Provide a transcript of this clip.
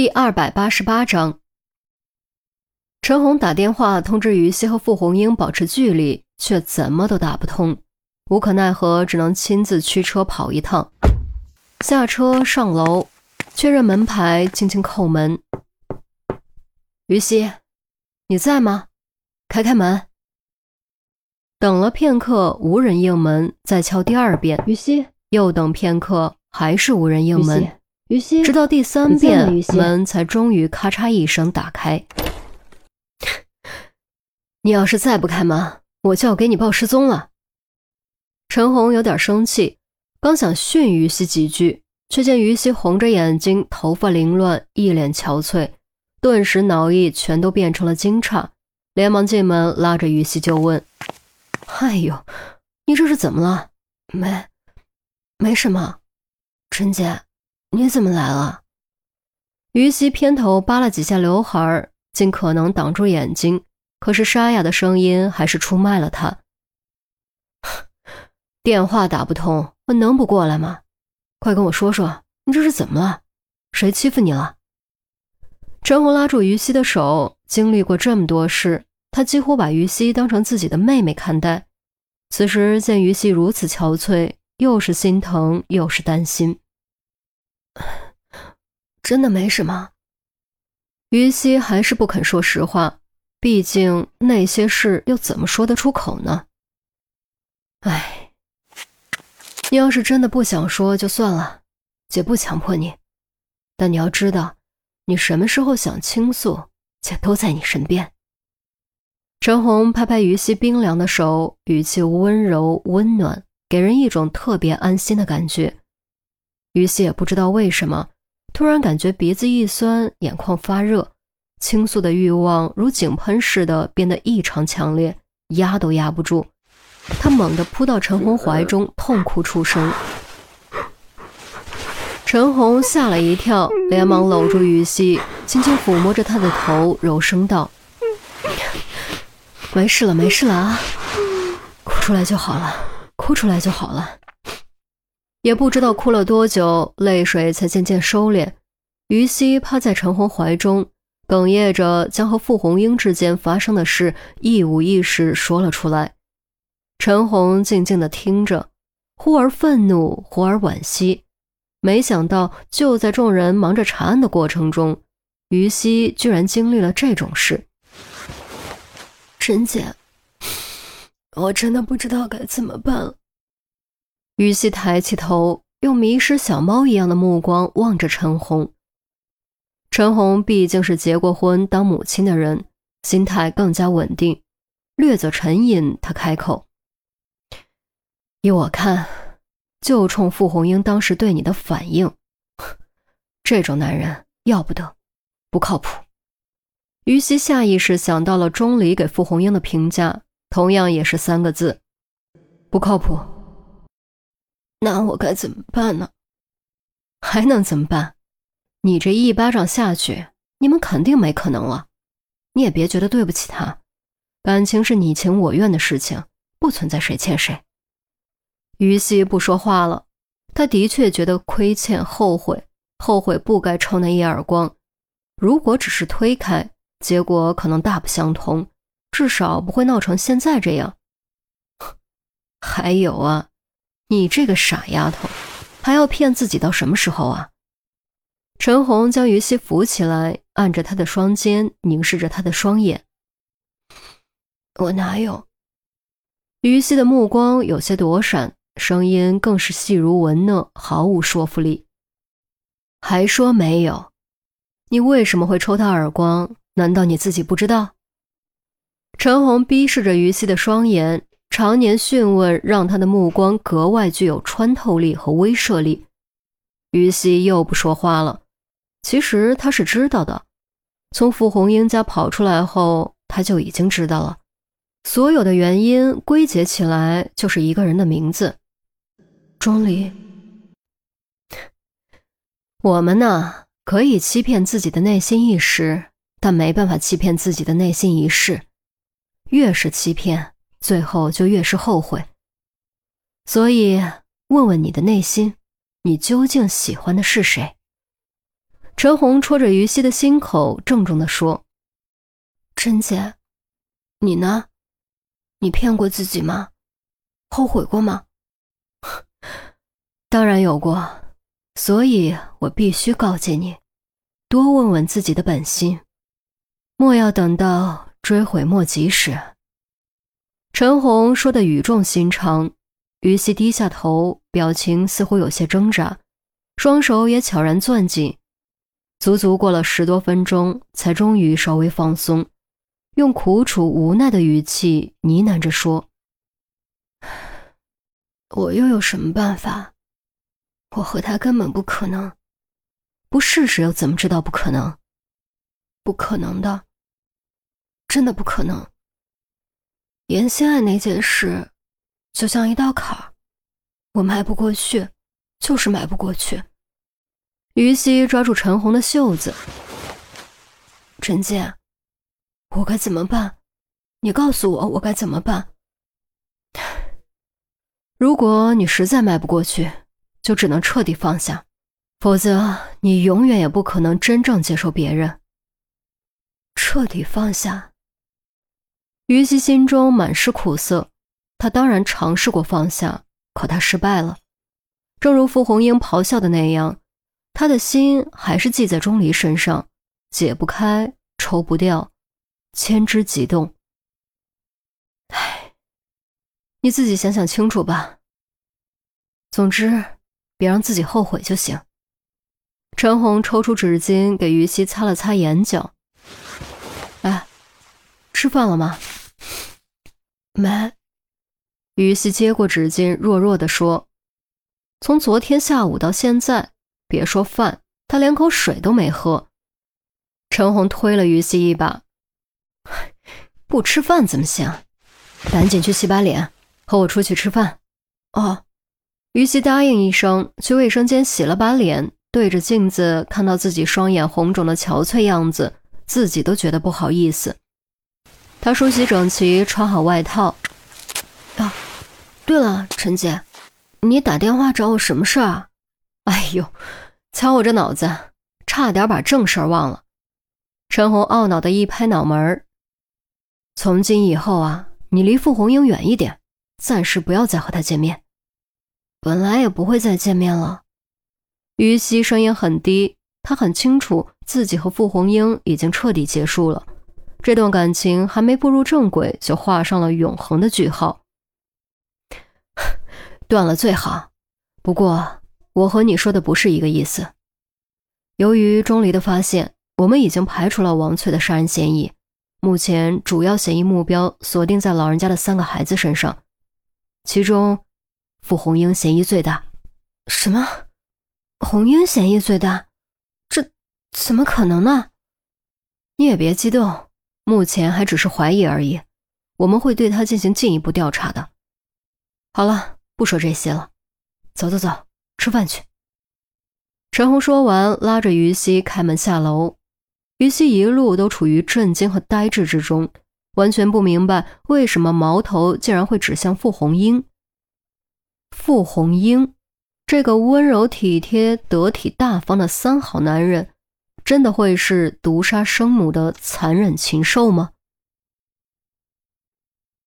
第288章。陈红打电话通知于西和傅红英保持距离，却怎么都打不通，无可奈何只能亲自驱车跑一趟。下车上楼，确认门牌，轻轻叩门。于西，你在吗？开开门。等了片刻，无人应门，再敲第二遍。 于西， 又等片刻，还是无人应门。 于西， 直到第3遍，门才终于咔嚓一声打开。你要是再不开门，我就要给你报失踪了。陈红有点生气，刚想训于西几句，却见于西红着眼睛，头发凌乱，一脸憔悴，顿时脑液全都变成了惊诧，连忙进门拉着于西就问：哎呦，你这是怎么了？没什么。陈姐，你怎么来了？于西偏头扒了几下刘海，尽可能挡住眼睛，可是沙哑的声音还是出卖了他。电话打不通，我能不过来吗？快跟我说说，你这是怎么了？谁欺负你了？陈红拉住于西的手，经历过这么多事，他几乎把于西当成自己的妹妹看待。此时见于西如此憔悴，又是心疼又是担心。真的没什么。于西还是不肯说实话，毕竟那些事又怎么说得出口呢？哎，你要是真的不想说就算了，姐不强迫你，但你要知道，你什么时候想倾诉，姐都在你身边。陈红拍拍于西冰凉的手，语气温柔温暖，给人一种特别安心的感觉。于西也不知道为什么，突然感觉鼻子一酸，眼眶发热，倾诉的欲望如井喷似的变得异常强烈，压都压不住。他猛地扑到陈红怀中，痛哭出声。陈红吓了一跳，连忙搂住于西，轻轻抚摸着他的头，柔声道：没事了，没事了啊，哭出来就好了，哭出来就好了。也不知道哭了多久，泪水才渐渐收敛。于西趴在陈红怀中，哽咽着将和傅红英之间发生的事一五一十说了出来。陈红静静地听着，忽而愤怒，忽而惋惜。没想到就在众人忙着查案的过程中，于西居然经历了这种事。陈姐，我真的不知道该怎么办了。于西抬起头，用迷失小猫一样的目光望着陈红。陈红毕竟是结过婚当母亲的人，心态更加稳定，略作沉吟，她开口：依我看，就冲傅红英当时对你的反应，这种男人要不得，不靠谱。于西下意识想到了钟离给傅红英的评价，同样也是3个字：不靠谱。那我该怎么办呢？还能怎么办？你这一巴掌下去，你们肯定没可能了。你也别觉得对不起他，感情是你情我愿的事情，不存在谁欠谁。于西不说话了，他的确觉得亏欠，后悔不该抽那一耳光。如果只是推开，结果可能大不相同，至少不会闹成现在这样。还有啊，你这个傻丫头，还要骗自己到什么时候啊？陈红将于西扶起来，按着她的双肩，凝视着她的双眼。我哪有？于西的目光有些躲闪，声音更是细如蚊蛲，毫无说服力。还说没有？你为什么会抽他耳光？难道你自己不知道？陈红逼视着于西的双眼，常年讯问让他的目光格外具有穿透力和威慑力。于西又不说话了。其实他是知道的，从傅红英家跑出来后，他就已经知道了。所有的原因归结起来就是一个人的名字：钟离。我们呢，可以欺骗自己的内心一时，但没办法欺骗自己的内心一世。越是欺骗，最后就越是后悔。所以问问你的内心，你究竟喜欢的是谁？ 陈红戳着于西的心口，郑重地说：陈姐，你呢？你骗过自己吗？后悔过吗？当然有过，所以我必须告诫你，多问问自己的本心，莫要等到追悔莫及时。陈红说得语重心长，于西低下头，表情似乎有些挣扎，双手也悄然攥紧，足足过了10多分钟，才终于稍微放松，用苦楚无奈的语气呢喃着说：我又有什么办法？我和他根本不可能，不试试又怎么知道不可能？不可能的，真的不可能。严心爱那件事就像一道坎儿，我迈不过去，就是迈不过去。于西抓住陈红的袖子：陈姐，我该怎么办？你告诉我，我该怎么办？如果你实在迈不过去，就只能彻底放下，否则你永远也不可能真正接受别人。彻底放下。于西心中满是苦涩，他当然尝试过放下，可他失败了。正如傅红英咆哮的那样，他的心还是系在钟离身上，解不开，抽不掉，牵之即动。唉，你自己想想清楚吧。总之，别让自己后悔就行。陈红抽出纸巾给于西擦了擦眼角。哎，吃饭了吗？没。于西接过纸巾，弱弱地说：从昨天下午到现在，别说饭，他连口水都没喝。陈红推了于西一把：不吃饭怎么行？赶紧去洗把脸，和我出去吃饭。哦。于西答应一声，去卫生间洗了把脸，对着镜子看到自己双眼红肿的憔悴样子，自己都觉得不好意思。他梳洗整齐，穿好外套。啊，对了，陈姐，你打电话找我什么事啊？哎呦，瞧我这脑子，差点把正事忘了。陈红懊恼地一拍脑门：从今以后啊，你离傅红英远一点，暂时不要再和她见面。本来也不会再见面了。于西声音很低，他很清楚自己和傅红英已经彻底结束了，这段感情还没步入正轨，就画上了永恒的句号。断了最好，不过我和你说的不是一个意思。由于钟离的发现，我们已经排除了王翠的杀人嫌疑，目前主要嫌疑目标锁定在老人家的3个孩子身上，其中傅红英嫌疑最大。什么？红英嫌疑最大？这怎么可能呢？你也别激动，目前还只是怀疑而已，我们会对他进行进一步调查的。好了，不说这些了，走走走，吃饭去。陈红说完，拉着于西开门下楼。于西一路都处于震惊和呆滞之中，完全不明白为什么矛头竟然会指向傅红英。傅红英，这个温柔体贴、得体大方的3好男人，真的会是毒杀生母的残忍禽兽吗？